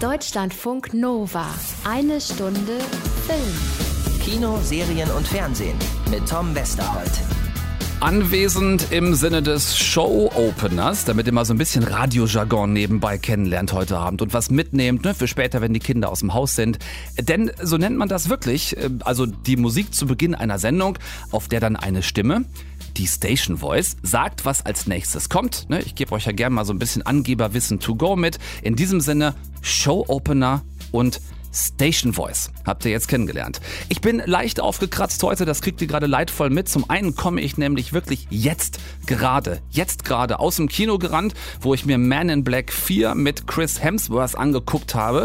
Deutschlandfunk Nova. Eine Stunde Film. Kino, Serien und Fernsehen mit Tom Westerholt. Anwesend im Sinne des Show-Openers, damit ihr mal so ein bisschen Radiojargon nebenbei kennenlernt heute Abend und was mitnehmt, für später, wenn die Kinder aus dem Haus sind. Denn so nennt man das wirklich, also die Musik zu Beginn einer Sendung, auf der dann eine Stimme, die Station Voice, sagt, was als nächstes kommt. Ich gebe euch ja gerne mal so ein bisschen Angeberwissen to go mit. In diesem Sinne Show-Opener und Station Voice habt ihr jetzt kennengelernt. Ich bin leicht aufgekratzt heute, das kriegt ihr gerade leidvoll mit. Zum einen komme ich nämlich wirklich jetzt gerade aus dem Kino gerannt, wo ich mir Man in Black 4 mit Chris Hemsworth angeguckt habe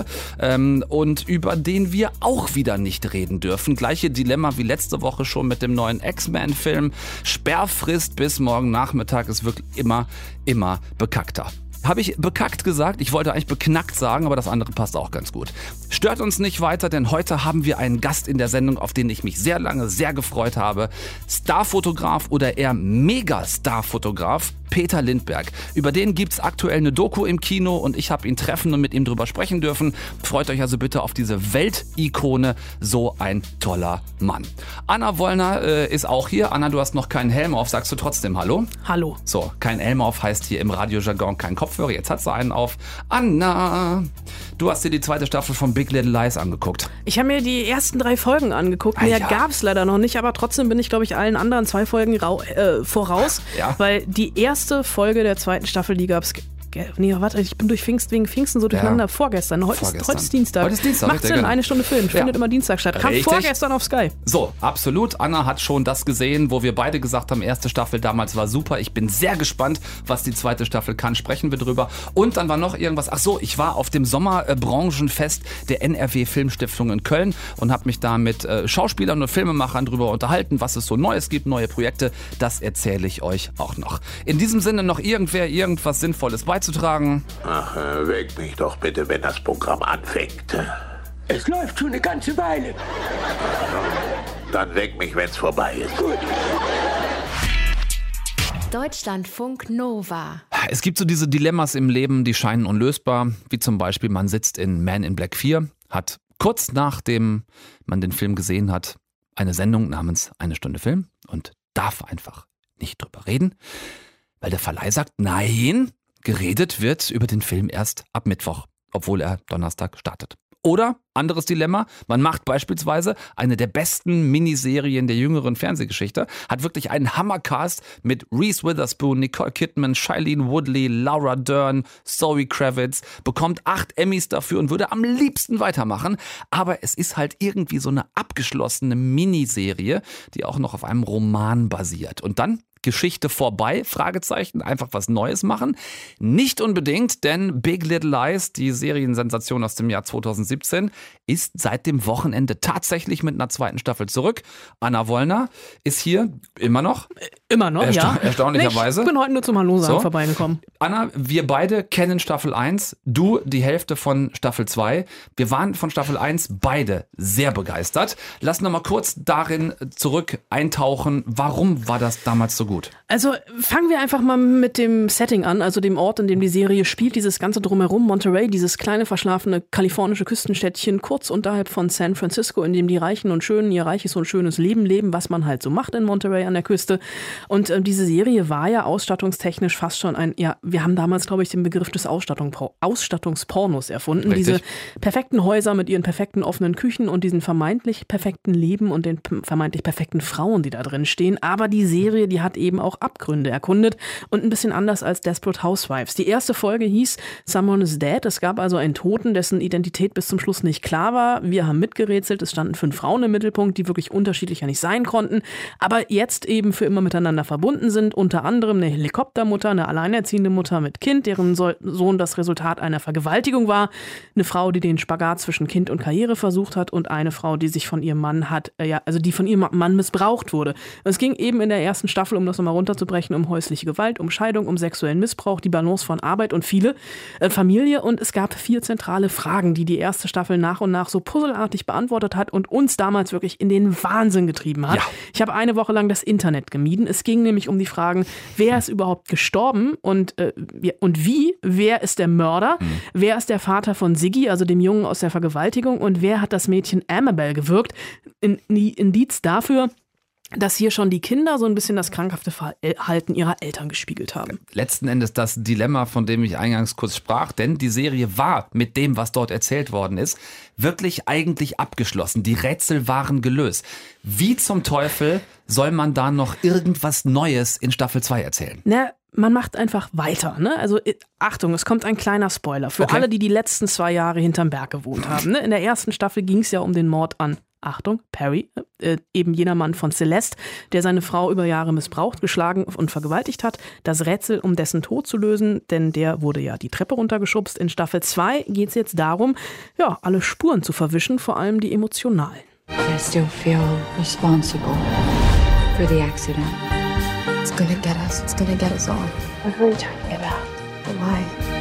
und über den wir auch wieder nicht reden dürfen. Gleiche Dilemma wie letzte Woche schon mit dem neuen X-Men-Film. Sperrfrist bis morgen Nachmittag ist wirklich immer bekackter. Habe ich bekackt gesagt? Ich wollte eigentlich beknackt sagen, aber das andere passt auch ganz gut. Stört uns nicht weiter, denn heute haben wir einen Gast in der Sendung, auf den ich mich sehr lange sehr gefreut habe. Starfotograf oder eher Megastarfotograf Peter Lindbergh. Über den gibt's aktuell eine Doku im Kino und ich habe ihn treffen und mit ihm drüber sprechen dürfen. Freut euch also bitte auf diese Weltikone, so ein toller Mann. Anna Wollner ist auch hier. Anna, du hast noch keinen Helm auf, sagst du trotzdem Hallo? Hallo. So, kein Helm auf heißt hier im Radiojargon kein Kopfhörer. Jetzt hat sie einen auf. Anna, du hast dir die zweite Staffel von Big Little Lies angeguckt. Ich habe mir die ersten 3 Folgen angeguckt. Mehr gab's leider noch nicht, aber trotzdem bin ich, glaube ich, allen anderen 2 Folgen voraus. Ja. Weil die erste Folge der zweiten Staffel, die gab's. Nee, warte, ich bin wegen Pfingsten so durcheinander. Ja. Vorgestern. Heute ist Dienstag. Heute ist Dienstag. Macht Sinn, eine Stunde Film. Findet immer Dienstag statt. Kam vorgestern auf Sky. So, absolut. Anna hat schon das gesehen, wo wir beide gesagt haben, erste Staffel damals war super. Ich bin sehr gespannt, was die zweite Staffel kann. Sprechen wir drüber. Und dann war noch irgendwas. Ach so, ich war auf dem Sommerbranchenfest der NRW Filmstiftung in Köln und habe mich da mit Schauspielern und Filmemachern drüber unterhalten, was es so Neues gibt, neue Projekte. Das erzähle ich euch auch noch. In diesem Sinne noch irgendwas Sinnvolles beizutragen? Ach, weck mich doch bitte, wenn das Programm anfängt. Es läuft schon eine ganze Weile. Dann weck mich, wenn's vorbei ist. Gut. Deutschlandfunk Nova. Es gibt so diese Dilemmas im Leben, die scheinen unlösbar. Wie zum Beispiel, man sitzt in Man in Black 4, hat kurz nachdem man den Film gesehen hat, eine Sendung namens Eine Stunde Film und darf einfach nicht drüber reden, weil der Verleih sagt, nein, geredet wird über den Film erst ab Mittwoch, obwohl er Donnerstag startet. Oder, anderes Dilemma, man macht beispielsweise eine der besten Miniserien der jüngeren Fernsehgeschichte, hat wirklich einen Hammercast mit Reese Witherspoon, Nicole Kidman, Shailene Woodley, Laura Dern, Zoe Kravitz, bekommt 8 Emmys dafür und würde am liebsten weitermachen. Aber es ist halt irgendwie so eine abgeschlossene Miniserie, die auch noch auf einem Roman basiert. Und dann Geschichte vorbei, Fragezeichen, einfach was Neues machen. Nicht unbedingt, denn Big Little Lies, die Seriensensation aus dem Jahr 2017, ist seit dem Wochenende tatsächlich mit einer zweiten Staffel zurück. Anna Wollner ist hier immer noch. Immer noch, ja. Erstaunlicherweise. Ich bin heute nur zum Hallo sagen vorbeigekommen. Anna, wir beide kennen Staffel 1, du die Hälfte von Staffel 2. Wir waren von Staffel 1 beide sehr begeistert. Lass noch mal kurz darin zurück eintauchen. Warum war das damals so gut? Also fangen wir einfach mal mit dem Setting an, also dem Ort, in dem die Serie spielt, dieses ganze Drumherum, Monterey, dieses kleine, verschlafene kalifornische Küstenstädtchen, kurz unterhalb von San Francisco, in dem die Reichen und Schönen ihr reiches und schönes Leben leben, was man halt so macht in Monterey an der Küste. Und diese Serie war ja ausstattungstechnisch fast schon wir haben damals, glaube ich, den Begriff des Ausstattungspornos erfunden. Richtig. Diese perfekten Häuser mit ihren perfekten offenen Küchen und diesen vermeintlich perfekten Leben und den vermeintlich perfekten Frauen, die da drin stehen. Aber die Serie, die hat eben auch Abgründe erkundet und ein bisschen anders als Desperate Housewives. Die erste Folge hieß Someone is Dead. Es gab also einen Toten, dessen Identität bis zum Schluss nicht klar war. Wir haben mitgerätselt. Es standen 5 Frauen im Mittelpunkt, die wirklich unterschiedlicher nicht sein konnten, aber jetzt eben für immer miteinander verbunden sind. Unter anderem eine Helikoptermutter, eine alleinerziehende Mutter mit Kind, deren Sohn das Resultat einer Vergewaltigung war. Eine Frau, die den Spagat zwischen Kind und Karriere versucht hat und eine Frau, die sich von ihrem Mann die von ihrem Mann missbraucht wurde. Es ging eben in der ersten Staffel, um das nochmal runterzubrechen, um häusliche Gewalt, um Scheidung, um sexuellen Missbrauch, die Balance von Arbeit und Familie. Und es gab 4 zentrale Fragen, die die erste Staffel nach und nach so puzzelartig beantwortet hat und uns damals wirklich in den Wahnsinn getrieben hat. Ja. Ich habe eine Woche lang das Internet gemieden. Es ging nämlich um die Fragen, wer ist überhaupt gestorben und wie, wer ist der Mörder, wer ist der Vater von Siggy, also dem Jungen aus der Vergewaltigung, und wer hat das Mädchen Amabel gewirkt. Indiz dafür, dass hier schon die Kinder so ein bisschen das krankhafte Verhalten ihrer Eltern gespiegelt haben. Letzten Endes das Dilemma, von dem ich eingangs kurz sprach, denn die Serie war mit dem, was dort erzählt worden ist, wirklich eigentlich abgeschlossen. Die Rätsel waren gelöst. Wie zum Teufel soll man da noch irgendwas Neues in Staffel 2 erzählen? Man macht einfach weiter. Ne? Also Achtung, es kommt ein kleiner Spoiler für alle, die letzten 2 Jahre hinterm Berg gewohnt haben. Ne? In der ersten Staffel ging es ja um den Mord an Achtung, Perry, eben jener Mann von Celeste, der seine Frau über Jahre missbraucht, geschlagen und vergewaltigt hat. Das Rätsel, um dessen Tod zu lösen, denn der wurde ja die Treppe runtergeschubst. In Staffel 2 geht es jetzt darum, alle Spuren zu verwischen, vor allem die emotionalen. I still feel responsible for the accident. It's gonna get us. It's gonna get us all. What are you talking about? Why?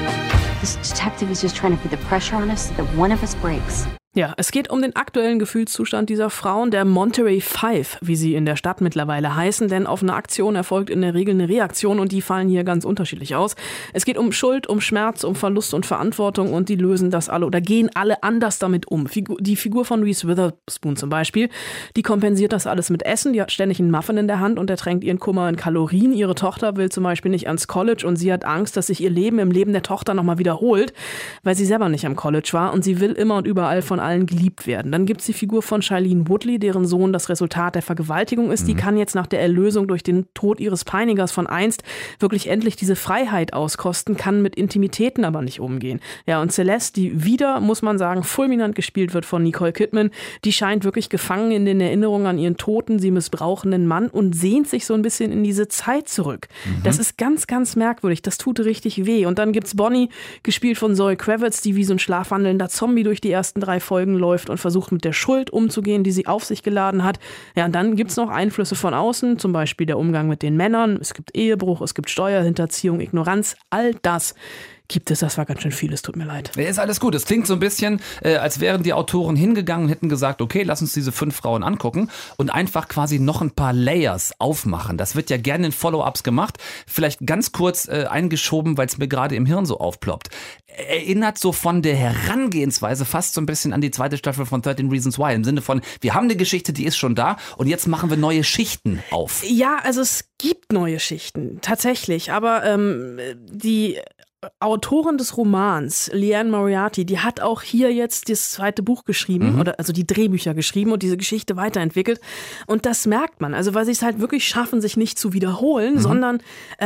This detective is just trying to put the pressure on us so that one of us breaks. Ja, es geht um den aktuellen Gefühlszustand dieser Frauen, der Monterey Five, wie sie in der Stadt mittlerweile heißen, denn auf eine Aktion erfolgt in der Regel eine Reaktion und die fallen hier ganz unterschiedlich aus. Es geht um Schuld, um Schmerz, um Verlust und Verantwortung und die lösen das alle oder gehen alle anders damit um. Die Figur von Reese Witherspoon zum Beispiel, die kompensiert das alles mit Essen, die hat ständig einen Muffin in der Hand und ertränkt ihren Kummer in Kalorien. Ihre Tochter will zum Beispiel nicht ans College und sie hat Angst, dass sich ihr Leben im Leben der Tochter nochmal wiederholt, weil sie selber nicht am College war und sie will immer und überall von allen geliebt werden. Dann gibt es die Figur von Shailene Woodley, deren Sohn das Resultat der Vergewaltigung ist. Die kann jetzt nach der Erlösung durch den Tod ihres Peinigers von einst wirklich endlich diese Freiheit auskosten, kann mit Intimitäten aber nicht umgehen. Ja, und Celeste, die wieder, muss man sagen, fulminant gespielt wird von Nicole Kidman, die scheint wirklich gefangen in den Erinnerungen an ihren toten, sie missbrauchenden Mann und sehnt sich so ein bisschen in diese Zeit zurück. Das ist ganz, ganz merkwürdig. Das tut richtig weh. Und dann gibt's Bonnie, gespielt von Zoe Kravitz, die wie so ein schlafwandelnder Zombie durch die ersten 3 Folgen läuft und versucht mit der Schuld umzugehen, die sie auf sich geladen hat. Ja, und dann gibt es noch Einflüsse von außen, zum Beispiel der Umgang mit den Männern. Es gibt Ehebruch, es gibt Steuerhinterziehung, Ignoranz, all das gibt es. Das war ganz schön viel, es tut mir leid. Ja, ist alles gut. Es klingt so ein bisschen, als wären die Autoren hingegangen und hätten gesagt, okay, lass uns diese 5 Frauen angucken und einfach quasi noch ein paar Layers aufmachen. Das wird ja gerne in Follow-ups gemacht. Vielleicht ganz kurz eingeschoben, weil es mir gerade im Hirn so aufploppt. Erinnert so von der Herangehensweise fast so ein bisschen an die 2. Staffel von 13 Reasons Why. Im Sinne von, wir haben eine Geschichte, die ist schon da und jetzt machen wir neue Schichten auf. Ja, also es gibt neue Schichten, tatsächlich. Aber die Autorin des Romans, Liane Moriarty, die hat auch hier jetzt das 2. Buch geschrieben, oder also die Drehbücher geschrieben und diese Geschichte weiterentwickelt. Und das merkt man, also weil sie es halt wirklich schaffen, sich nicht zu wiederholen, sondern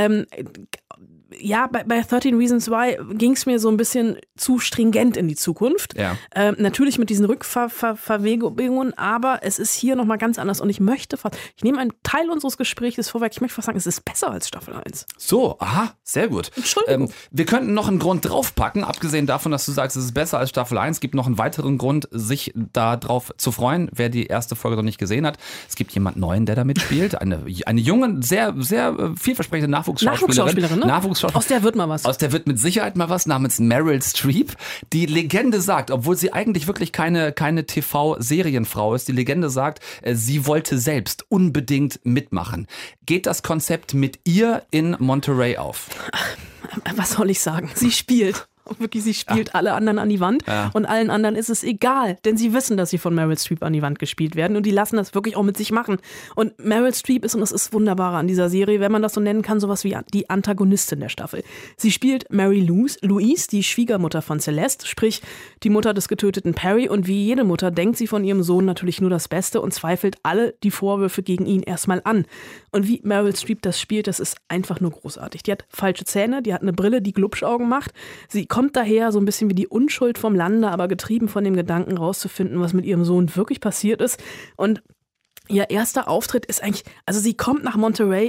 bei 13 Reasons Why ging es mir so ein bisschen zu stringent in die Zukunft. Ja. Natürlich mit diesen Rückverwegungen, aber es ist hier nochmal ganz anders. Und ich nehme einen Teil unseres Gesprächs vorweg, ich möchte fast sagen, es ist besser als Staffel 1. So, aha, sehr gut. Entschuldigung. Wir könnten noch einen Grund draufpacken, abgesehen davon, dass du sagst, es ist besser als Staffel 1. Es gibt noch einen weiteren Grund, sich da drauf zu freuen, wer die erste Folge noch nicht gesehen hat. Es gibt jemanden Neuen, der da mitspielt. Eine junge, sehr, sehr vielversprechende Nachwuchsschauspielerin. Aus der wird mal was. Aus der wird mit Sicherheit mal was, namens Meryl Streep. Die Legende sagt, obwohl sie eigentlich wirklich keine TV-Serienfrau ist, die Legende sagt, sie wollte selbst unbedingt mitmachen. Geht das Konzept mit ihr in Monterey auf? Was soll ich sagen? Sie spielt. Wirklich, sie spielt alle anderen an die Wand und allen anderen ist es egal, denn sie wissen, dass sie von Meryl Streep an die Wand gespielt werden und die lassen das wirklich auch mit sich machen. Und Meryl Streep ist, und das ist wunderbar an dieser Serie, wenn man das so nennen kann, sowas wie die Antagonistin der Staffel. Sie spielt Mary Louise, die Schwiegermutter von Celeste, sprich die Mutter des getöteten Perry, und wie jede Mutter denkt sie von ihrem Sohn natürlich nur das Beste und zweifelt alle die Vorwürfe gegen ihn erstmal an. Und wie Meryl Streep das spielt, das ist einfach nur großartig. Die hat falsche Zähne, die hat eine Brille, die Glubschaugen macht. Sie kommt daher so ein bisschen wie die Unschuld vom Lande, aber getrieben von dem Gedanken rauszufinden, was mit ihrem Sohn wirklich passiert ist. Und ihr erster Auftritt ist eigentlich, also sie kommt nach Monterey und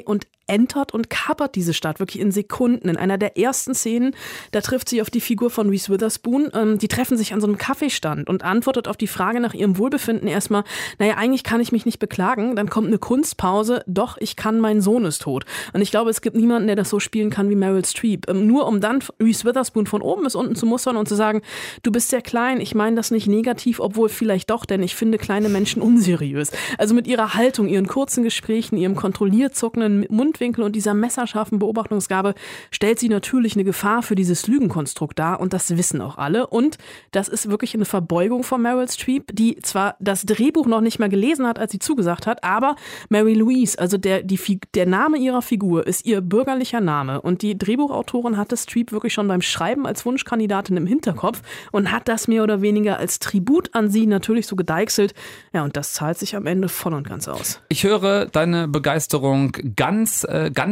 entert und kapert diese Stadt wirklich in Sekunden. In einer der ersten Szenen, da trifft sie auf die Figur von Reese Witherspoon. Die treffen sich an so einem Kaffeestand und antwortet auf die Frage nach ihrem Wohlbefinden erstmal, naja, eigentlich kann ich mich nicht beklagen. Dann kommt eine Kunstpause, doch, ich kann, mein Sohn ist tot. Und ich glaube, es gibt niemanden, der das so spielen kann wie Meryl Streep. Nur um dann Reese Witherspoon von oben bis unten zu mustern und zu sagen, du bist sehr klein, ich meine das nicht negativ, obwohl vielleicht doch, denn ich finde kleine Menschen unseriös. Also mit ihrer Haltung, ihren kurzen Gesprächen, ihrem kontrolliert zuckenden Mundwinkel und dieser messerscharfen Beobachtungsgabe stellt sie natürlich eine Gefahr für dieses Lügenkonstrukt dar und das wissen auch alle. Und das ist wirklich eine Verbeugung von Meryl Streep, die zwar das Drehbuch noch nicht mal gelesen hat, als sie zugesagt hat, aber Mary Louise, also der Name ihrer Figur ist ihr bürgerlicher Name und die Drehbuchautorin hatte Streep wirklich schon beim Schreiben als Wunschkandidatin im Hinterkopf und hat das mehr oder weniger als Tribut an sie natürlich so gedeichselt. Ja, und das zahlt sich am Ende voll und ganz aus. Ich höre deine Begeisterung ganz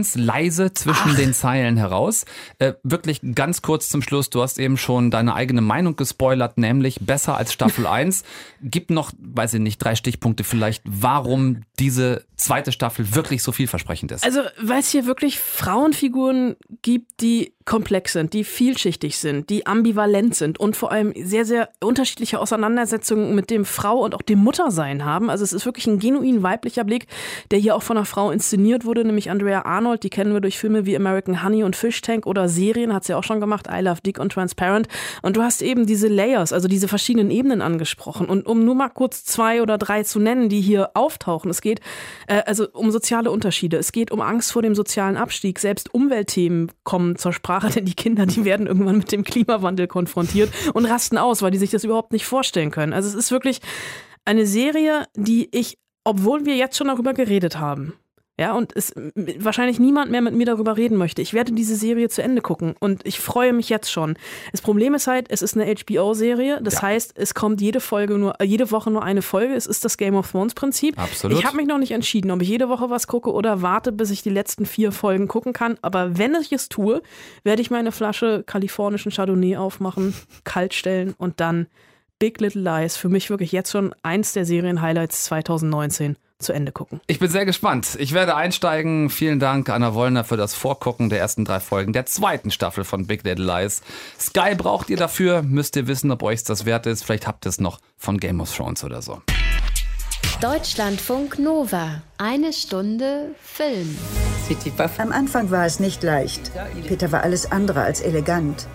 leise zwischen den Zeilen heraus. Wirklich ganz kurz zum Schluss, du hast eben schon deine eigene Meinung gespoilert, nämlich besser als Staffel 1. Gib noch, weiß ich nicht, 3 Stichpunkte vielleicht, warum diese zweite Staffel wirklich so vielversprechend ist. Also, weil es hier wirklich Frauenfiguren gibt, die komplex sind, die vielschichtig sind, die ambivalent sind und vor allem sehr, sehr unterschiedliche Auseinandersetzungen mit dem Frau- und auch dem Muttersein haben. Also es ist wirklich ein genuin weiblicher Blick, der hier auch von einer Frau inszeniert wurde, nämlich Andrea Arnold. Die kennen wir durch Filme wie American Honey und Fish Tank oder Serien, hat sie auch schon gemacht, I Love Dick und Transparent. Und du hast eben diese Layers, also diese verschiedenen Ebenen angesprochen. Und um nur mal kurz 2 oder 3 zu nennen, die hier auftauchen, es geht also um soziale Unterschiede, es geht um Angst vor dem sozialen Abstieg, selbst Umweltthemen kommen zur Sprache, denn die Kinder, die werden irgendwann mit dem Klimawandel konfrontiert und rasten aus, weil die sich das überhaupt nicht vorstellen können. Also es ist wirklich eine Serie, die ich, obwohl wir jetzt schon darüber geredet haben, ja, und es wahrscheinlich niemand mehr mit mir darüber reden möchte. Ich werde diese Serie zu Ende gucken und ich freue mich jetzt schon. Das Problem ist halt, es ist eine HBO-Serie, das heißt, es kommt jede Woche nur eine Folge. Es ist das Game of Thrones-Prinzip. Absolut. Ich habe mich noch nicht entschieden, ob ich jede Woche was gucke oder warte, bis ich die letzten 4 Folgen gucken kann. Aber wenn ich es tue, werde ich mir eine Flasche kalifornischen Chardonnay aufmachen, kalt stellen und dann Big Little Lies, für mich wirklich jetzt schon eins der Serien-Highlights 2019. zu Ende gucken. Ich bin sehr gespannt. Ich werde einsteigen. Vielen Dank, Anna Wollner, für das Vorgucken der ersten 3 Folgen der 2. Staffel von Big Little Lies. Sky braucht ihr dafür. Müsst ihr wissen, ob euch das wert ist. Vielleicht habt ihr es noch von Game of Thrones oder so. Deutschlandfunk Nova. 1 Stunde Film. Am Anfang war es nicht leicht. Peter war alles andere als elegant.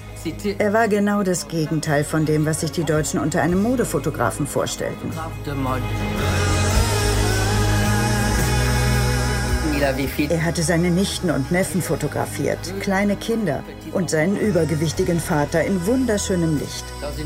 Er war genau das Gegenteil von dem, was sich die Deutschen unter einem Modefotografen vorstellten. Er hatte seine Nichten und Neffen fotografiert, kleine Kinder und seinen übergewichtigen Vater in wunderschönem Licht.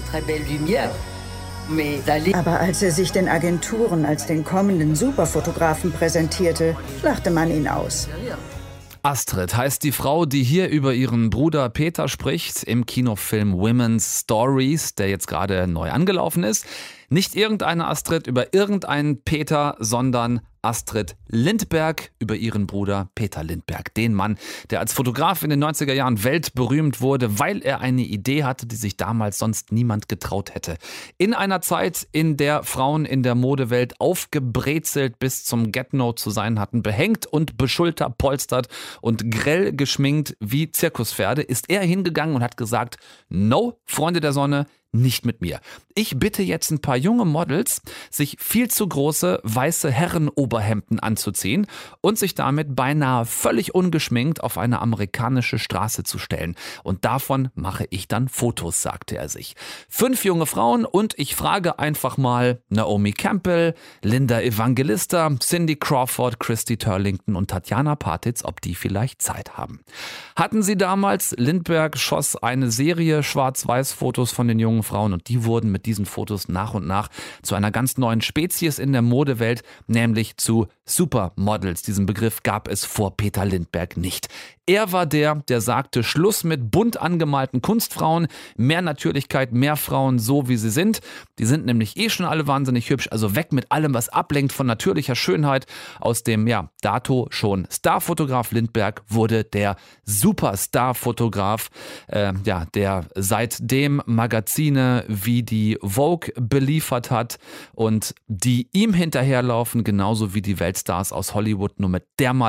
Aber als er sich den Agenturen als den kommenden Superfotografen präsentierte, lachte man ihn aus. Astrid heißt die Frau, die hier über ihren Bruder Peter spricht, im Kinofilm Women's Stories, der jetzt gerade neu angelaufen ist. Nicht irgendeine Astrid über irgendeinen Peter, sondern Astrid Lindberg über ihren Bruder Peter Lindberg. Den Mann, der als Fotograf in den 90er Jahren weltberühmt wurde, weil er eine Idee hatte, die sich damals sonst niemand getraut hätte. In einer Zeit, in der Frauen in der Modewelt aufgebrezelt bis zum Get-No zu sein hatten, behängt und beschulterpolstert und grell geschminkt wie Zirkuspferde, ist er hingegangen und hat gesagt, no, Freunde der Sonne, nicht mit mir. Ich bitte jetzt ein paar junge Models, sich viel zu große weiße Herrenoberhemden anzuziehen und sich damit beinahe völlig ungeschminkt auf eine amerikanische Straße zu stellen. Und davon mache ich dann Fotos, sagte er sich. 5 junge Frauen und ich frage einfach mal Naomi Campbell, Linda Evangelista, Cindy Crawford, Christy Turlington und Tatjana Patitz, ob die vielleicht Zeit haben. Hatten sie damals, Lindberg schoss eine Serie Schwarz-Weiß-Fotos von den jungen Frauen und die wurden mit diesen Fotos nach und nach zu einer ganz neuen Spezies in der Modewelt, nämlich zu Supermodels. Diesen Begriff gab es vor Peter Lindberg nicht. Er war der sagte, Schluss mit bunt angemalten Kunstfrauen, mehr Natürlichkeit, mehr Frauen so wie sie sind. Die sind nämlich schon alle wahnsinnig hübsch, also weg mit allem, was ablenkt von natürlicher Schönheit. Aus dem, dato schon Starfotograf Lindberg wurde der Superstar-Fotograf, der seitdem Magazine wie die Vogue beliefert hat und die ihm hinterherlaufen, genauso wie die Weltstars aus Hollywood, nur mit der mal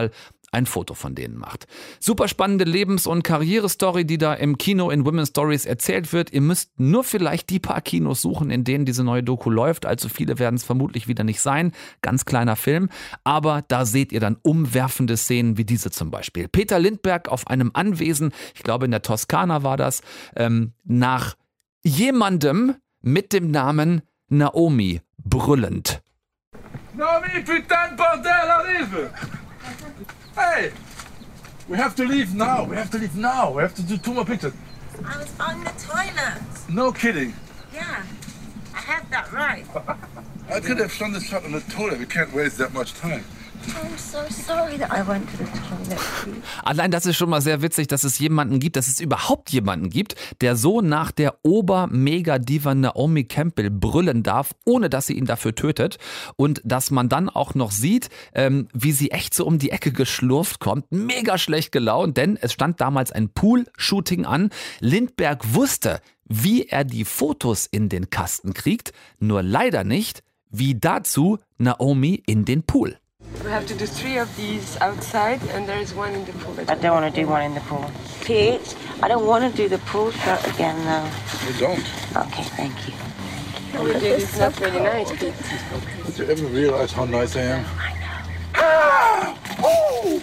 ein Foto von denen macht. Super spannende Lebens- und Karrierestory, die da im Kino in Women's Stories erzählt wird. Ihr müsst nur vielleicht die paar Kinos suchen, in denen diese neue Doku läuft. Allzu viele werden es vermutlich wieder nicht sein. Ganz kleiner Film. Aber da seht ihr dann umwerfende Szenen wie diese zum Beispiel. Peter Lindbergh auf einem Anwesen, ich glaube in der Toskana war das, nach jemandem mit dem Namen Naomi brüllend. Naomi, putain de bordel, arrive! Hey! We have to leave now. We have to leave now. We have to do 2 more pictures. I was on the toilet. No kidding. Yeah, I have that right. I could have done this shot on the toilet. We can't waste that much time. I'm so sorry that I went to the toilet. Allein das ist schon mal sehr witzig, dass es jemanden gibt, dass es überhaupt jemanden gibt, der so nach der Ober-Mega-Diva Naomi Campbell brüllen darf, ohne dass sie ihn dafür tötet. Und dass man dann auch noch sieht, wie sie echt so um die Ecke geschlurft kommt. Mega schlecht gelaunt, denn es stand damals ein Pool-Shooting an. Lindbergh wusste, wie er die Fotos in den Kasten kriegt, nur leider nicht, wie dazu Naomi in den Pool. We have to do 3 of these outside and there is 1 in the pool. I don't want to do 1 in the pool. Pete, I don't want to do the pool shot again now. You don't. Okay, thank you. We do this not really nice, Pete. Did you ever realize how nice I am? I know. Oh!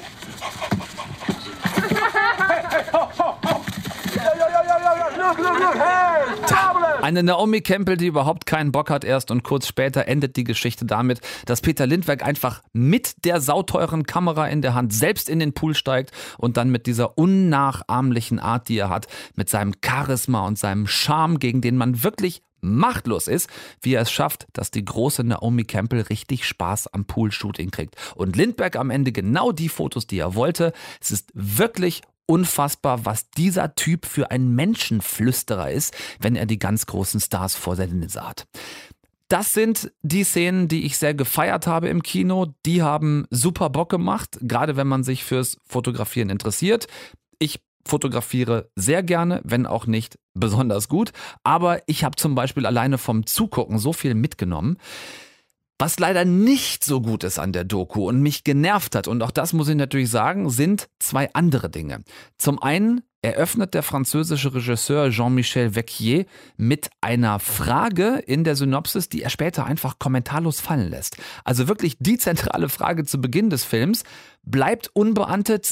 Look, hey! Eine Naomi Campbell, die überhaupt keinen Bock hat erst, und kurz später endet die Geschichte damit, dass Peter Lindbergh einfach mit der sauteuren Kamera in der Hand selbst in den Pool steigt und dann mit dieser unnachahmlichen Art, die er hat, mit seinem Charisma und seinem Charme, gegen den man wirklich machtlos ist, wie er es schafft, dass die große Naomi Campbell richtig Spaß am Pool-Shooting kriegt. Und Lindbergh am Ende genau die Fotos, die er wollte. Es ist wirklich unfassbar, was dieser Typ für ein Menschenflüsterer ist, wenn er die ganz großen Stars vor der Linse hat. Das sind die Szenen, die ich sehr gefeiert habe im Kino. Die haben super Bock gemacht, gerade wenn man sich fürs Fotografieren interessiert. Ich fotografiere sehr gerne, wenn auch nicht besonders gut. Aber ich habe zum Beispiel alleine vom Zugucken so viel mitgenommen. Was leider nicht so gut ist an der Doku und mich genervt hat, und auch das muss ich natürlich sagen, sind 2 andere Dinge. Zum einen eröffnet der französische Regisseur Jean-Michel Vecchier mit einer Frage in der Synopsis, die er später einfach kommentarlos fallen lässt. Also wirklich die zentrale Frage zu Beginn des Films bleibt unbeantwortet,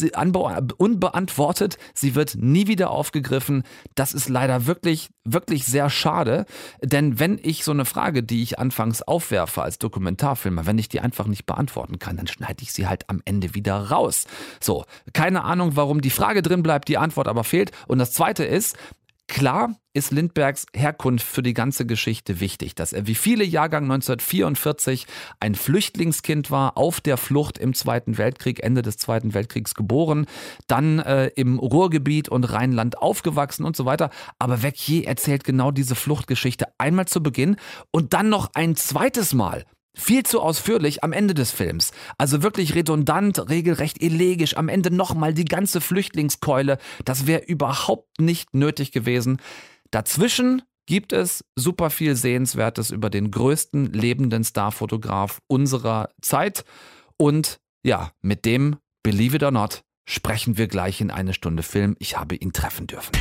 sie wird nie wieder aufgegriffen. Das ist leider wirklich, wirklich sehr schade, denn wenn ich so eine Frage, die ich anfangs aufwerfe als Dokumentarfilmer, wenn ich die einfach nicht beantworten kann, dann schneide ich sie halt am Ende wieder raus. So, keine Ahnung, warum die Frage drin bleibt, die Antwort aber fehlt. Und das Zweite ist, klar ist Lindberghs Herkunft für die ganze Geschichte wichtig, dass er wie viele Jahrgang 1944 ein Flüchtlingskind war, auf der Flucht im Zweiten Weltkrieg, Ende des Zweiten Weltkriegs geboren, dann im Ruhrgebiet und Rheinland aufgewachsen und so weiter. Aber Vecchier erzählt genau diese Fluchtgeschichte einmal zu Beginn und dann noch ein zweites Mal. Viel zu ausführlich am Ende des Films. Also wirklich redundant, regelrecht elegisch. Am Ende nochmal die ganze Flüchtlingskeule. Das wäre überhaupt nicht nötig gewesen. Dazwischen gibt es super viel Sehenswertes über den größten lebenden Starfotograf unserer Zeit. Und ja, mit dem, believe it or not, sprechen wir gleich in 1 Stunde Film. Ich habe ihn treffen dürfen.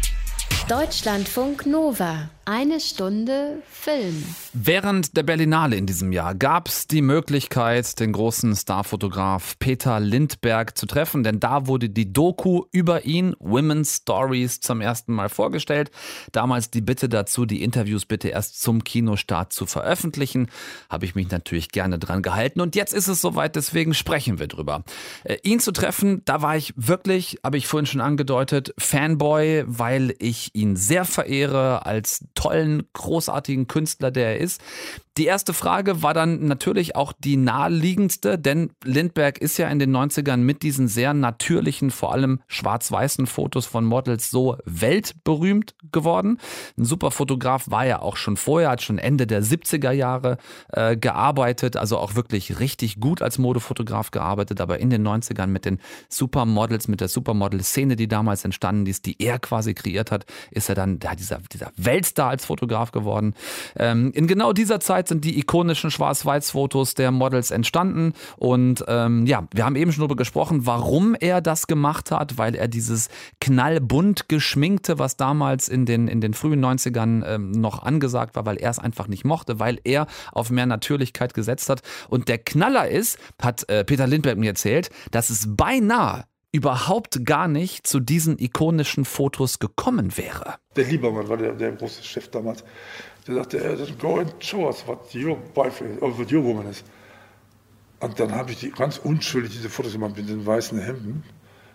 Deutschlandfunk Nova. 1 Stunde Film. Während der Berlinale in diesem Jahr gab es die Möglichkeit, den großen Starfotograf Peter Lindbergh zu treffen, denn da wurde die Doku über ihn, Women's Stories, zum ersten Mal vorgestellt. Damals die Bitte dazu, die Interviews bitte erst zum Kinostart zu veröffentlichen. Habe ich mich natürlich gerne dran gehalten und jetzt ist es soweit, deswegen sprechen wir drüber. Ihn zu treffen, da war ich wirklich, habe ich vorhin schon angedeutet, Fanboy, weil ich ihn sehr verehre als tollen, großartigen Künstler, der er ist. Die erste Frage war dann natürlich auch die naheliegendste, denn Lindbergh ist ja in den 90ern mit diesen sehr natürlichen, vor allem schwarz-weißen Fotos von Models so weltberühmt geworden. Ein super Fotograf war er auch schon vorher, hat schon Ende der 70er Jahre gearbeitet, also auch wirklich richtig gut als Modefotograf gearbeitet, aber in den 90ern mit den Supermodels, mit der Supermodel-Szene, die damals entstanden ist, die er quasi kreiert hat, ist er dann dieser Weltstar als Fotograf geworden. In genau dieser Zeit Zeit sind die ikonischen Schwarz-Weiß-Fotos der Models entstanden. Und wir haben eben schon darüber gesprochen, warum er das gemacht hat, weil er dieses knallbunt geschminkte, was damals in den frühen 90ern noch angesagt war, weil er es einfach nicht mochte, weil er auf mehr Natürlichkeit gesetzt hat. Und der Knaller ist, hat Peter Lindbergh mir erzählt, dass es beinahe überhaupt gar nicht zu diesen ikonischen Fotos gekommen wäre. Der Liebermann war der große Chef damals. Der sagte, go and show us what your wife is, or what your woman is. Und dann habe ich ganz unschuldig diese Fotos gemacht mit den weißen Hemden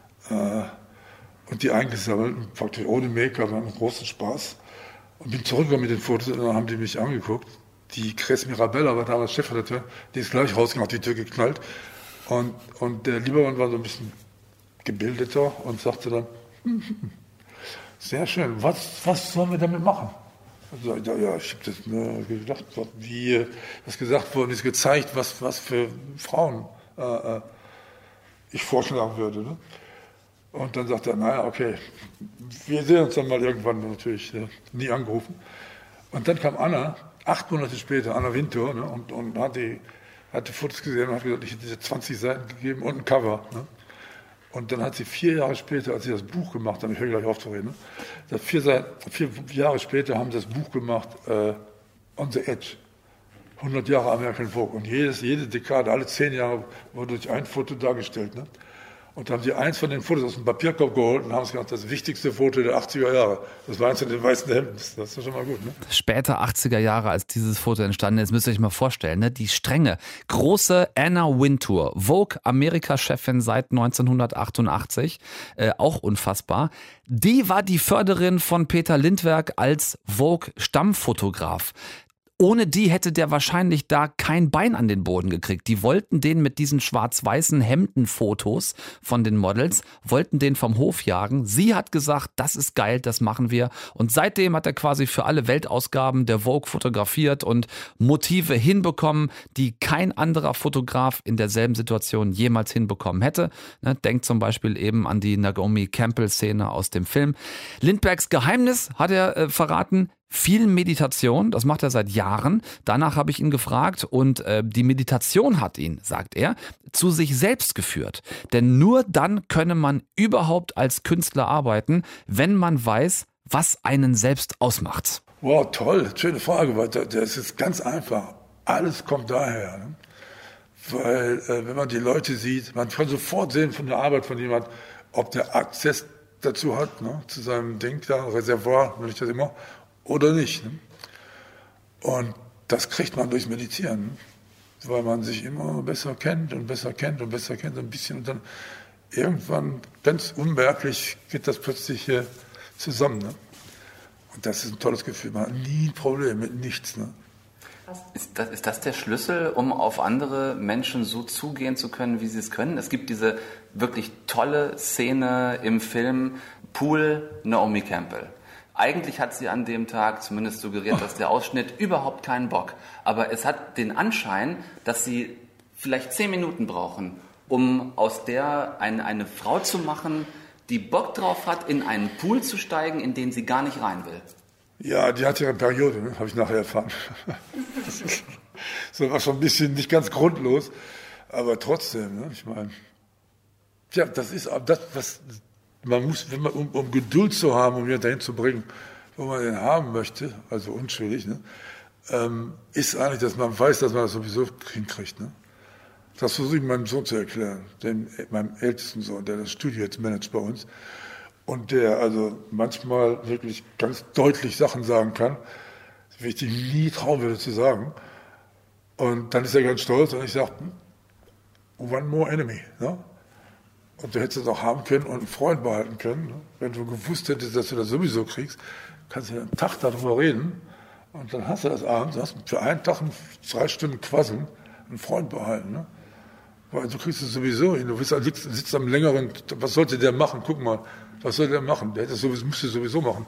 und die eingesammelt, praktisch ohne Make-up, einen großen Spaß. Und bin zurückgekommen mit den Fotos und dann haben die mich angeguckt. Die Cres Mirabella war damals Chefredakteur, die ist gleich rausgegangen, hat die Tür geknallt. Und der Liebermann war so ein bisschen gebildeter und sagte dann, sehr schön, was sollen wir damit machen? Also, ja, ich habe das mir gedacht, wie das gesagt worden ist, gezeigt, was für Frauen ich vorschlagen würde. Ne? Und dann sagt er, naja, okay, wir sehen uns dann mal irgendwann, natürlich nie angerufen. Und dann kam Anna, 8 Monate später, Anna Wintour, ne, und hat die Fotos gesehen und hat gesagt, ich hätte diese 20 Seiten gegeben und ein Cover. Ne? Und dann hat sie 4 Jahre später, als sie das Buch gemacht haben, ich höre gleich auf zu reden, ne? 4 Jahre später haben sie das Buch gemacht, On the Edge, 100 Jahre American Vogue. Und jede Dekade, alle 10 Jahre wurde durch ein Foto dargestellt. Ne? Und da haben sie eins von den Fotos aus dem Papierkorb geholt und haben es gesagt, das wichtigste Foto der 80er Jahre. Das war eins von den weißen Hemden. Das ist ja schon mal gut, ne? Später 80er Jahre, als dieses Foto entstanden ist, müsst ihr euch mal vorstellen, ne? Die strenge, große Anna Wintour, Vogue-Amerika-Chefin seit 1988, auch unfassbar. Die war die Förderin von Peter Lindbergh als Vogue-Stammfotograf. Ohne die hätte der wahrscheinlich da kein Bein an den Boden gekriegt. Die wollten den mit diesen schwarz-weißen Hemdenfotos von den Models, wollten den vom Hof jagen. Sie hat gesagt, das ist geil, das machen wir. Und seitdem hat er quasi für alle Weltausgaben der Vogue fotografiert und Motive hinbekommen, die kein anderer Fotograf in derselben Situation jemals hinbekommen hätte. Denkt zum Beispiel eben an die Naomi Campbell-Szene aus dem Film. Lindberghs Geheimnis hat er verraten. Viel Meditation, das macht er seit Jahren. Danach habe ich ihn gefragt und die Meditation hat ihn, sagt er, zu sich selbst geführt. Denn nur dann könne man überhaupt als Künstler arbeiten, wenn man weiß, was einen selbst ausmacht. Wow, toll, schöne Frage, weil das ist ganz einfach. Alles kommt daher. Ne? Weil wenn man die Leute sieht, man kann sofort sehen von der Arbeit von jemand, ob der Access dazu hat, ne? Zu seinem Ding da, Reservoir, nenne ich das immer, oder nicht. Ne? Und das kriegt man durchs Meditieren, ne? Weil man sich immer besser kennt und besser kennt und besser kennt, so ein bisschen. Und dann irgendwann, ganz unmerklich, geht das plötzlich zusammen. Ne? Und das ist ein tolles Gefühl. Man hat nie ein Problem mit nichts. Ne? Ist das der Schlüssel, um auf andere Menschen so zugehen zu können, wie sie es können? Es gibt diese wirklich tolle Szene im Film Pool, Naomi Campbell. Eigentlich hat sie an dem Tag zumindest suggeriert, dass der Ausschnitt überhaupt keinen Bock. Aber es hat den Anschein, dass sie vielleicht 10 Minuten brauchen, um aus der eine Frau zu machen, die Bock drauf hat, in einen Pool zu steigen, in den sie gar nicht rein will. Ja, die hat ja eine Periode, ne? Habe ich nachher erfahren. So war schon ein bisschen nicht ganz grundlos, aber trotzdem, ne? Ich meine, ja, das ist das, was man muss, wenn man, um Geduld zu haben, um ihn dahin zu bringen, wo man den haben möchte, also unschuldig, ne? Ist eigentlich, dass man weiß, dass man das sowieso hinkriegt. Ne? Das versuche ich meinem Sohn zu erklären, meinem ältesten Sohn, der das Studio jetzt managt bei uns und der also manchmal wirklich ganz deutlich Sachen sagen kann, die ich dem nie trauen würde zu sagen. Und dann ist er ganz stolz und ich sage, one more enemy. Ne? Und du hättest es auch haben können und einen Freund behalten können. Ne? Wenn du gewusst hättest, dass du das sowieso kriegst, kannst du einen Tag darüber reden und dann hast du das abends, hast für einen Tag 3 Stunden quasseln, einen Freund behalten. Ne? Weil du kriegst es sowieso hin. Du sitzt am längeren, was sollte der machen? Guck mal, was soll der machen? Der hätte sowieso, müsste sowieso machen.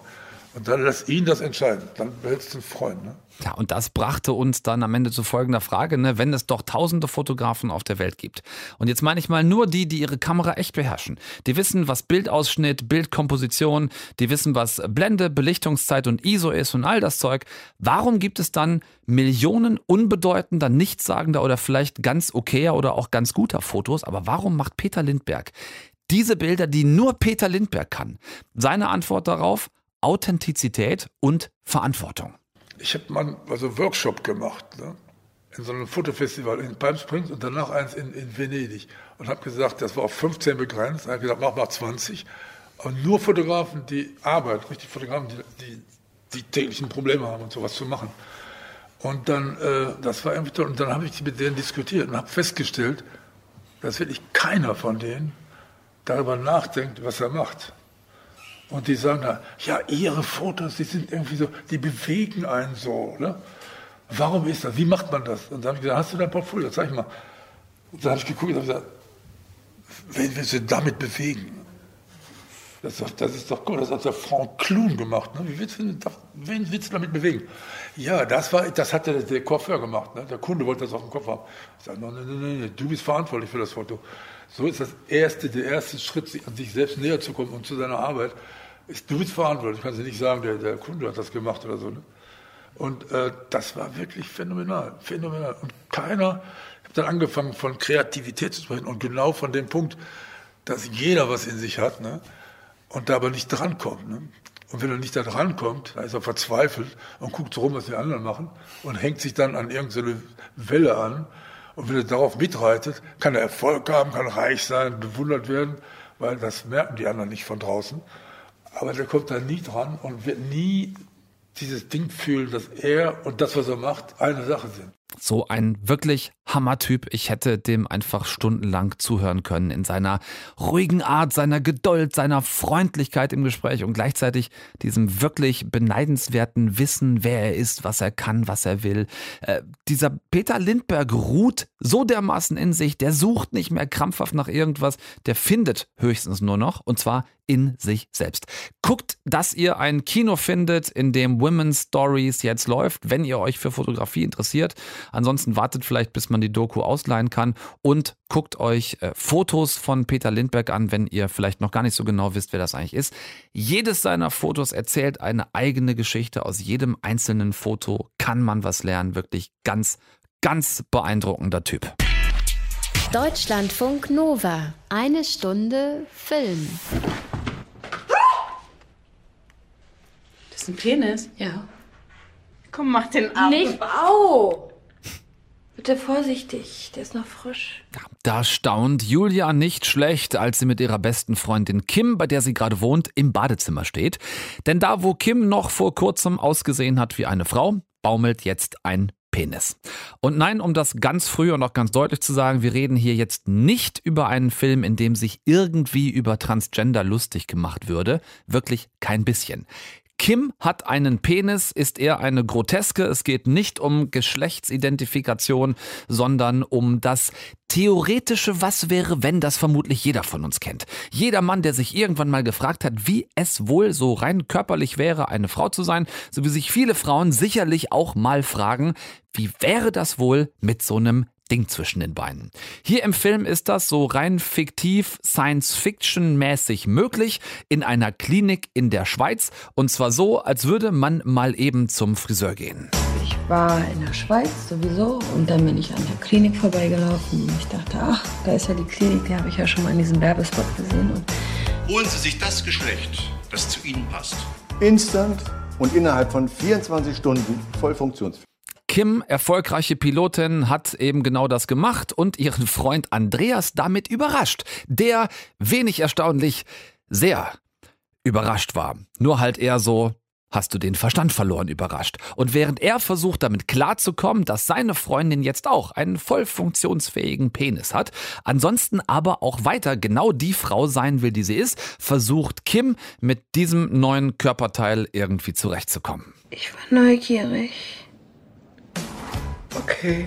Und dann lass ihn das entscheiden. Dann behältst du einen Freund. Ne? Ja, und das brachte uns dann am Ende zu folgender Frage, ne? Wenn es doch tausende Fotografen auf der Welt gibt. Und jetzt meine ich mal nur die ihre Kamera echt beherrschen. Die wissen, was Bildausschnitt, Bildkomposition, die wissen, was Blende, Belichtungszeit und ISO ist und all das Zeug. Warum gibt es dann Millionen unbedeutender, nichtssagender oder vielleicht ganz okayer oder auch ganz guter Fotos? Aber warum macht Peter Lindbergh diese Bilder, die nur Peter Lindbergh kann? Seine Antwort darauf: Authentizität und Verantwortung. Ich habe mal einen Workshop gemacht, ne? In so einem Fotofestival in Palm Springs und danach eins in Venedig. Und habe gesagt, das war auf 15 begrenzt. Ich habe gesagt, mach mal 20. Und nur Fotografen, die arbeiten, richtig Fotografen, die täglichen Probleme haben und sowas zu machen. Und dann, das war irgendwie toll. Und dann habe ich mit denen diskutiert und habe festgestellt, dass wirklich keiner von denen darüber nachdenkt, was er macht. Und die sagen dann, ja, ihre Fotos, die sind irgendwie so, die bewegen einen so, ne? Warum ist das? Wie macht man das? Und dann habe ich gesagt, hast du dein Portfolio? Zeig mal. Und dann habe ich geguckt und habe gesagt, wen willst du damit bewegen? Das ist doch gut, das hat der Franck Clune gemacht. Ne? Wen willst du damit bewegen? Ja, das hat der Coiffeur gemacht. Ne? Der Kunde wollte das auf dem Kopf haben. Ich sage, nein, du bist verantwortlich für das Foto. So ist der erste Schritt, an sich selbst näher zu kommen und zu seiner Arbeit. Du bist verantwortlich. Du kannst nicht sagen, der Kunde hat das gemacht oder so. Ne? Und das war wirklich phänomenal. Und keiner, ich habe dann angefangen von Kreativität zu sprechen und genau von dem Punkt, dass jeder was in sich hat, ne? Und da aber nicht drankommt. Ne? Und wenn er nicht da drankommt, dann ist er verzweifelt und guckt so rum, was die anderen machen und hängt sich dann an irgendeine Welle an. Und wenn er darauf mitreitet, kann er Erfolg haben, kann reich sein, bewundert werden, weil das merken die anderen nicht von draußen. Aber der kommt da nie dran und wird nie dieses Ding fühlen, dass er und das, was er macht, eine Sache sind. So ein wirklich Hammertyp. Ich hätte dem einfach stundenlang zuhören können in seiner ruhigen Art, seiner Geduld, seiner Freundlichkeit im Gespräch und gleichzeitig diesem wirklich beneidenswerten Wissen, wer er ist, was er kann, was er will. Dieser Peter Lindbergh ruht so dermaßen in sich, der sucht nicht mehr krampfhaft nach irgendwas, der findet höchstens nur noch, und zwar in sich selbst. Guckt, dass ihr ein Kino findet, in dem Women's Stories jetzt läuft, wenn ihr euch für Fotografie interessiert. Ansonsten wartet vielleicht, bis man die Doku ausleihen kann, und guckt euch Fotos von Peter Lindbergh an, wenn ihr vielleicht noch gar nicht so genau wisst, wer das eigentlich ist. Jedes seiner Fotos erzählt eine eigene Geschichte. Aus jedem einzelnen Foto kann man was lernen. Wirklich ganz, ganz beeindruckender Typ. Deutschlandfunk Nova. 1 Stunde Film. Das ist ein Penis? Ja. Komm, mach den ab. Nicht. Au! Bitte vorsichtig, der ist noch frisch. Da staunt Julia nicht schlecht, als sie mit ihrer besten Freundin Kim, bei der sie gerade wohnt, im Badezimmer steht. Denn da, wo Kim noch vor kurzem ausgesehen hat wie eine Frau, baumelt jetzt ein Penis. Und nein, um das ganz früh und auch ganz deutlich zu sagen, wir reden hier jetzt nicht über einen Film, in dem sich irgendwie über Transgender lustig gemacht würde. Wirklich kein bisschen. Kim hat einen Penis, ist eher eine Groteske. Es geht nicht um Geschlechtsidentifikation, sondern um das theoretische Was wäre, wenn, das vermutlich jeder von uns kennt. Jeder Mann, der sich irgendwann mal gefragt hat, wie es wohl so rein körperlich wäre, eine Frau zu sein, so wie sich viele Frauen sicherlich auch mal fragen, wie wäre das wohl mit so einem Ding zwischen den Beinen. Hier im Film ist das so rein fiktiv, Science-Fiction-mäßig möglich in einer Klinik in der Schweiz, und zwar so, als würde man mal eben zum Friseur gehen. Ich war in der Schweiz sowieso und dann bin ich an der Klinik vorbeigelaufen und ich dachte, ach, da ist ja die Klinik, die habe ich ja schon mal in diesem Werbespot gesehen. Und holen Sie sich das Geschlecht, das zu Ihnen passt. Instant und innerhalb von 24 Stunden voll funktionsfähig. Kim, erfolgreiche Pilotin, hat eben genau das gemacht und ihren Freund Andreas damit überrascht, der, wenig erstaunlich, sehr überrascht war. Nur halt eher so, hast du den Verstand verloren, überrascht. Und während er versucht, damit klarzukommen, dass seine Freundin jetzt auch einen voll funktionsfähigen Penis hat, ansonsten aber auch weiter genau die Frau sein will, die sie ist, versucht Kim mit diesem neuen Körperteil irgendwie zurechtzukommen. Ich war neugierig. Okay.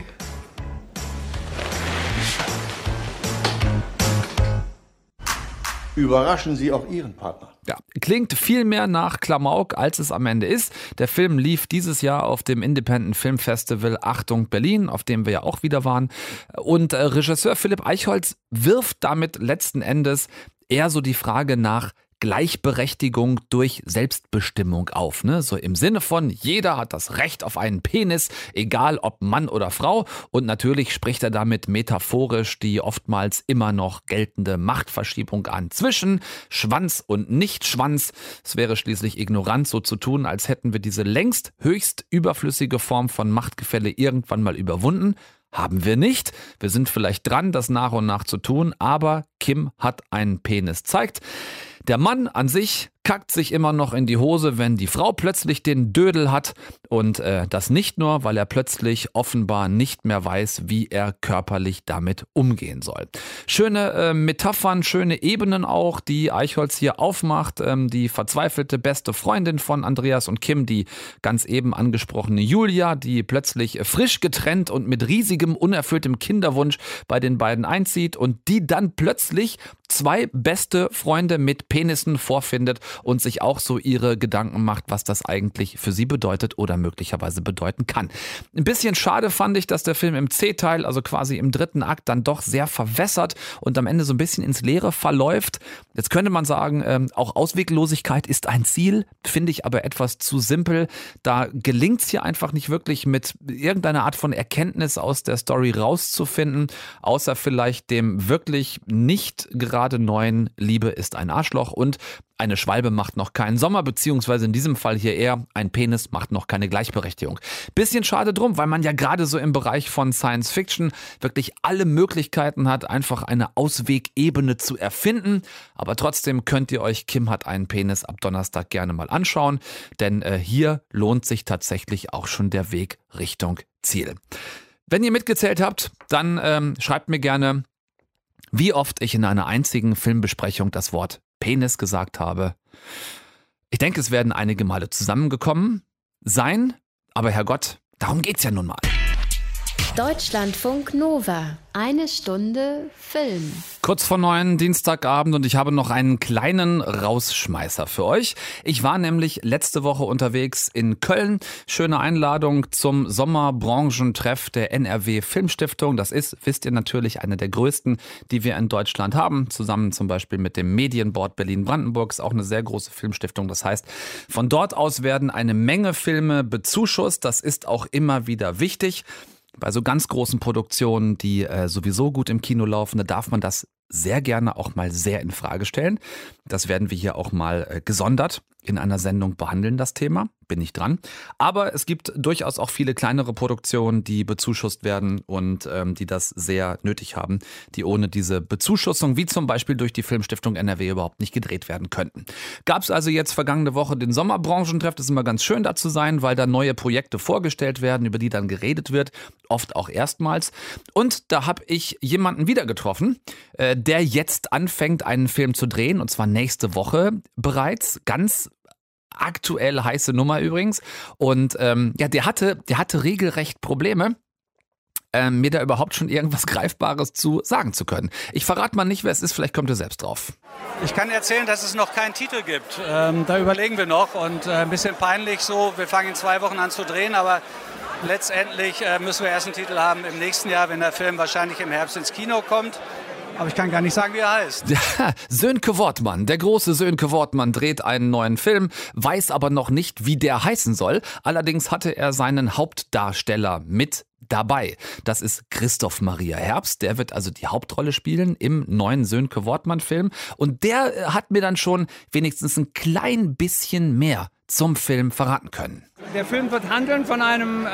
Überraschen Sie auch Ihren Partner. Ja, klingt viel mehr nach Klamauk, als es am Ende ist. Der Film lief dieses Jahr auf dem Independent Film Festival Achtung Berlin, auf dem wir ja auch wieder waren. Und Regisseur Philipp Eichholz wirft damit letzten Endes eher so die Frage nach Gleichberechtigung durch Selbstbestimmung auf, ne? So im Sinne von, jeder hat das Recht auf einen Penis, egal ob Mann oder Frau. Und natürlich spricht er damit metaphorisch die oftmals immer noch geltende Machtverschiebung an zwischen Schwanz und Nicht-Schwanz. Es wäre schließlich ignorant, so zu tun, als hätten wir diese längst höchst überflüssige Form von Machtgefälle irgendwann mal überwunden. Haben wir nicht. Wir sind vielleicht dran, das nach und nach zu tun, aber Kim hat einen Penis, zeigt. Der Mann an sich kackt sich immer noch in die Hose, wenn die Frau plötzlich den Dödel hat und das nicht nur, weil er plötzlich offenbar nicht mehr weiß, wie er körperlich damit umgehen soll. Schöne Metaphern, schöne Ebenen auch, die Eichholz hier aufmacht. Die verzweifelte beste Freundin von Andreas und Kim, die ganz eben angesprochene Julia, die plötzlich frisch getrennt und mit riesigem, unerfülltem Kinderwunsch bei den beiden einzieht und die dann plötzlich 2 beste Freunde mit Penissen vorfindet und sich auch so ihre Gedanken macht, was das eigentlich für sie bedeutet oder möglicherweise bedeuten kann. Ein bisschen schade fand ich, dass der Film im C-Teil, also quasi im 3. Akt, dann doch sehr verwässert und am Ende so ein bisschen ins Leere verläuft. Jetzt könnte man sagen, auch Ausweglosigkeit ist ein Ziel, finde ich aber etwas zu simpel. Da gelingt es hier einfach nicht wirklich, mit irgendeiner Art von Erkenntnis aus der Story rauszufinden, außer vielleicht dem wirklich nicht gerade neuen Liebe ist ein Arschloch und eine Schwalbe macht noch keinen Sommer, beziehungsweise in diesem Fall hier eher ein Penis macht noch keine Gleichberechtigung. Bisschen schade drum, weil man ja gerade so im Bereich von Science Fiction wirklich alle Möglichkeiten hat, einfach eine Auswegebene zu erfinden. Aber trotzdem könnt ihr euch Kim hat einen Penis ab Donnerstag gerne mal anschauen, denn hier lohnt sich tatsächlich auch schon der Weg Richtung Ziel. Wenn ihr mitgezählt habt, dann schreibt mir gerne, wie oft ich in einer einzigen Filmbesprechung das Wort Penis gesagt habe. Ich denke, es werden einige Male zusammengekommen sein, aber Herrgott, darum geht's ja nun mal. Deutschlandfunk Nova. 1 Stunde Film. Kurz vor 9, Dienstagabend, und ich habe noch einen kleinen Rausschmeißer für euch. Ich war nämlich letzte Woche unterwegs in Köln. Schöne Einladung zum Sommerbranchentreff der NRW Filmstiftung. Das ist, wisst ihr natürlich, eine der größten, die wir in Deutschland haben. Zusammen zum Beispiel mit dem Medienboard Berlin-Brandenburg. Ist auch eine sehr große Filmstiftung. Das heißt, von dort aus werden eine Menge Filme bezuschusst. Das ist auch immer wieder wichtig. Bei so ganz großen Produktionen, die sowieso gut im Kino laufen, da darf man das sehr gerne auch mal sehr in Frage stellen. Das werden wir hier auch mal gesondert in einer Sendung behandeln, das Thema. Bin ich dran. Aber es gibt durchaus auch viele kleinere Produktionen, die bezuschusst werden und die das sehr nötig haben, die ohne diese Bezuschussung, wie zum Beispiel durch die Filmstiftung NRW, überhaupt nicht gedreht werden könnten. Gab es also jetzt vergangene Woche den Sommerbranchentreff. Das ist immer ganz schön, da zu sein, weil da neue Projekte vorgestellt werden, über die dann geredet wird, oft auch erstmals. Und da habe ich jemanden wieder getroffen, der jetzt anfängt, einen Film zu drehen, und zwar nächste Woche bereits. Ganz aktuell heiße Nummer übrigens. Und der hatte regelrecht Probleme, mir da überhaupt schon irgendwas Greifbares zu sagen zu können. Ich verrate mal nicht, wer es ist, vielleicht kommt ihr selbst drauf. Ich kann erzählen, dass es noch keinen Titel gibt. Da überlegen wir noch, und ein bisschen peinlich so. Wir fangen in 2 Wochen an zu drehen, aber letztendlich müssen wir erst einen Titel haben im nächsten Jahr, wenn der Film wahrscheinlich im Herbst ins Kino kommt. Aber ich kann gar nicht sagen, wie er heißt. Ja, Sönke Wortmann, der große Sönke Wortmann dreht einen neuen Film, weiß aber noch nicht, wie der heißen soll. Allerdings hatte er seinen Hauptdarsteller mit dabei. Das ist Christoph Maria Herbst. Der wird also die Hauptrolle spielen im neuen Sönke Wortmann-Film. Und der hat mir dann schon wenigstens ein klein bisschen mehr zum Film verraten können. Der Film wird handeln von einem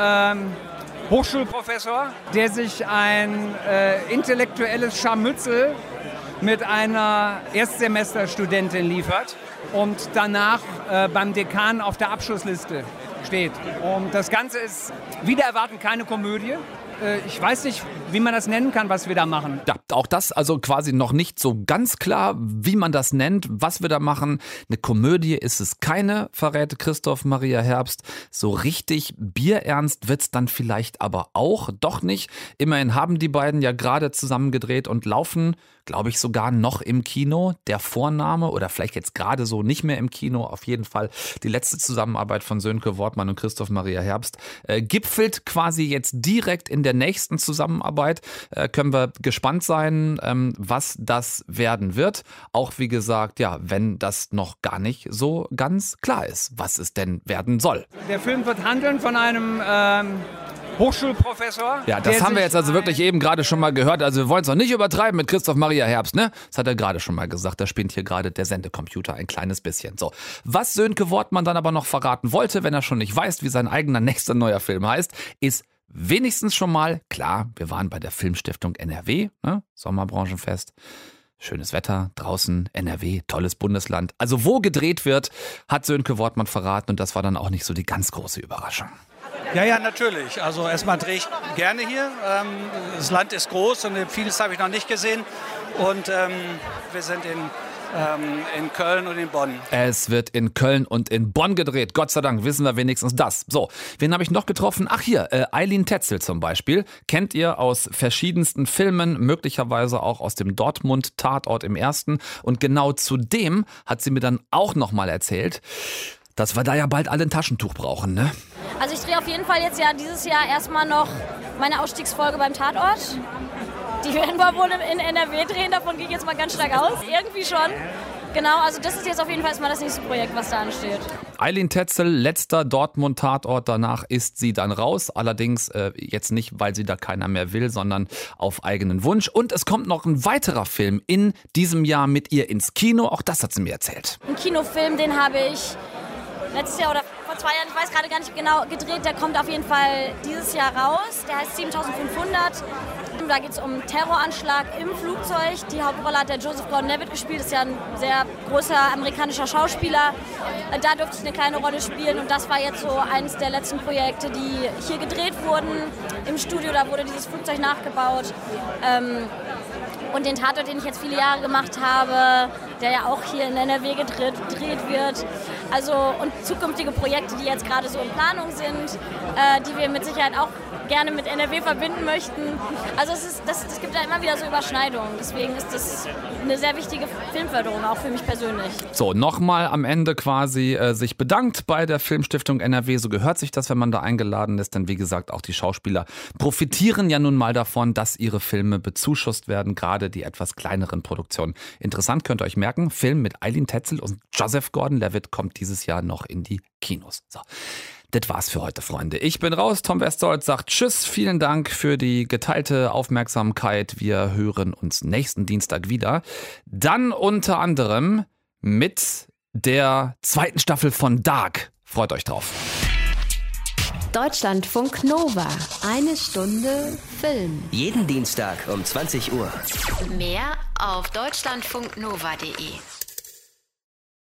Hochschulprofessor, der sich ein intellektuelles Scharmützel mit einer Erstsemesterstudentin liefert und danach beim Dekan auf der Abschlussliste steht. Und das Ganze ist wider Erwarten keine Komödie, ich weiß nicht, wie man das nennen kann, was wir da machen. Ja, auch das also quasi noch nicht so ganz klar, wie man das nennt, was wir da machen. Eine Komödie ist es keine, verrät Christoph Maria Herbst. So richtig bierernst wird's dann vielleicht aber auch doch nicht. Immerhin haben die beiden ja gerade zusammen gedreht und laufen, glaube ich, sogar noch im Kino. Der Vorname oder vielleicht jetzt gerade so nicht mehr im Kino, auf jeden Fall die letzte Zusammenarbeit von Sönke Wortmann und Christoph Maria Herbst gipfelt quasi jetzt direkt in der nächsten Zusammenarbeit. Können wir gespannt sein, was das werden wird. Auch wie gesagt, ja, wenn das noch gar nicht so ganz klar ist, was es denn werden soll. Der Film wird handeln von einem Hochschulprofessor. Ja, das haben wir jetzt also wirklich eben gerade schon mal gehört. Also wir wollen es noch nicht übertreiben mit Christoph Maria Herbst, ne? Das hat er gerade schon mal gesagt. Da spinnt hier gerade der Sendecomputer ein kleines bisschen. So, was Sönke Wortmann dann aber noch verraten wollte, wenn er schon nicht weiß, wie sein eigener nächster neuer Film heißt, ist wenigstens schon mal, klar, wir waren bei der Filmstiftung NRW, ne? Sommerbranchenfest. Schönes Wetter, draußen, NRW, tolles Bundesland. Also wo gedreht wird, hat Sönke Wortmann verraten und das war dann auch nicht so die ganz große Überraschung. Ja, natürlich. Also erstmal drehe ich gerne hier. Das Land ist groß und vieles habe ich noch nicht gesehen. Und wir sind in Köln und in Bonn. Es wird in Köln und in Bonn gedreht. Gott sei Dank wissen wir wenigstens das. So, wen habe ich noch getroffen? Ach hier, Eileen Tetzel zum Beispiel. Kennt ihr aus verschiedensten Filmen, möglicherweise auch aus dem Dortmund-Tatort im ersten. Und genau zu dem hat sie mir dann auch nochmal erzählt, dass wir da ja bald alle ein Taschentuch brauchen, ne? Also ich drehe auf jeden Fall jetzt ja dieses Jahr erstmal noch meine Ausstiegsfolge beim Tatort. Die werden wir wohl in NRW drehen, davon gehe ich jetzt mal ganz stark aus. Irgendwie schon. Genau, also das ist jetzt auf jeden Fall erstmal das nächste Projekt, was da ansteht. Eileen Tetzel, letzter Dortmund-Tatort, danach ist sie dann raus. Allerdings jetzt nicht, weil sie da keiner mehr will, sondern auf eigenen Wunsch. Und es kommt noch ein weiterer Film in diesem Jahr mit ihr ins Kino. Auch das hat sie mir erzählt. Ein Kinofilm, den habe ich letztes Jahr oder vor 2 Jahren, ich weiß gerade gar nicht genau, gedreht. Der kommt auf jeden Fall dieses Jahr raus. Der heißt 7500. Da geht es um einen Terroranschlag im Flugzeug. Die Hauptrolle hat der Joseph Gordon-Levitt gespielt. Das ist ja ein sehr großer amerikanischer Schauspieler. Da durfte ich eine kleine Rolle spielen. Und das war jetzt so eines der letzten Projekte, die hier gedreht wurden im Studio. Da wurde dieses Flugzeug nachgebaut. Und den Tatort, den ich jetzt viele Jahre gemacht habe, der ja auch hier in NRW gedreht wird. Also, und zukünftige Projekte, die jetzt gerade so in Planung sind, die wir mit Sicherheit auch gerne mit NRW verbinden möchten. Also es gibt ja immer wieder so Überschneidungen. Deswegen ist das eine sehr wichtige Filmförderung, auch für mich persönlich. So, nochmal am Ende quasi sich bedankt bei der Filmstiftung NRW. So gehört sich das, wenn man da eingeladen ist. Denn wie gesagt, auch die Schauspieler profitieren ja nun mal davon, dass ihre Filme bezuschusst werden. Gerade die etwas kleineren Produktionen. Interessant, könnt ihr euch merken, Film mit Eileen Tetzel und Joseph Gordon-Levitt kommt dieses Jahr noch in die Kinos. So. Das war's für heute, Freunde. Ich bin raus. Tom Westholt sagt Tschüss. Vielen Dank für die geteilte Aufmerksamkeit. Wir hören uns nächsten Dienstag wieder. Dann unter anderem mit der 2. Staffel von Dark. Freut euch drauf. Deutschlandfunk Nova. 1 Stunde Film. Jeden Dienstag um 20 Uhr. Mehr auf deutschlandfunknova.de.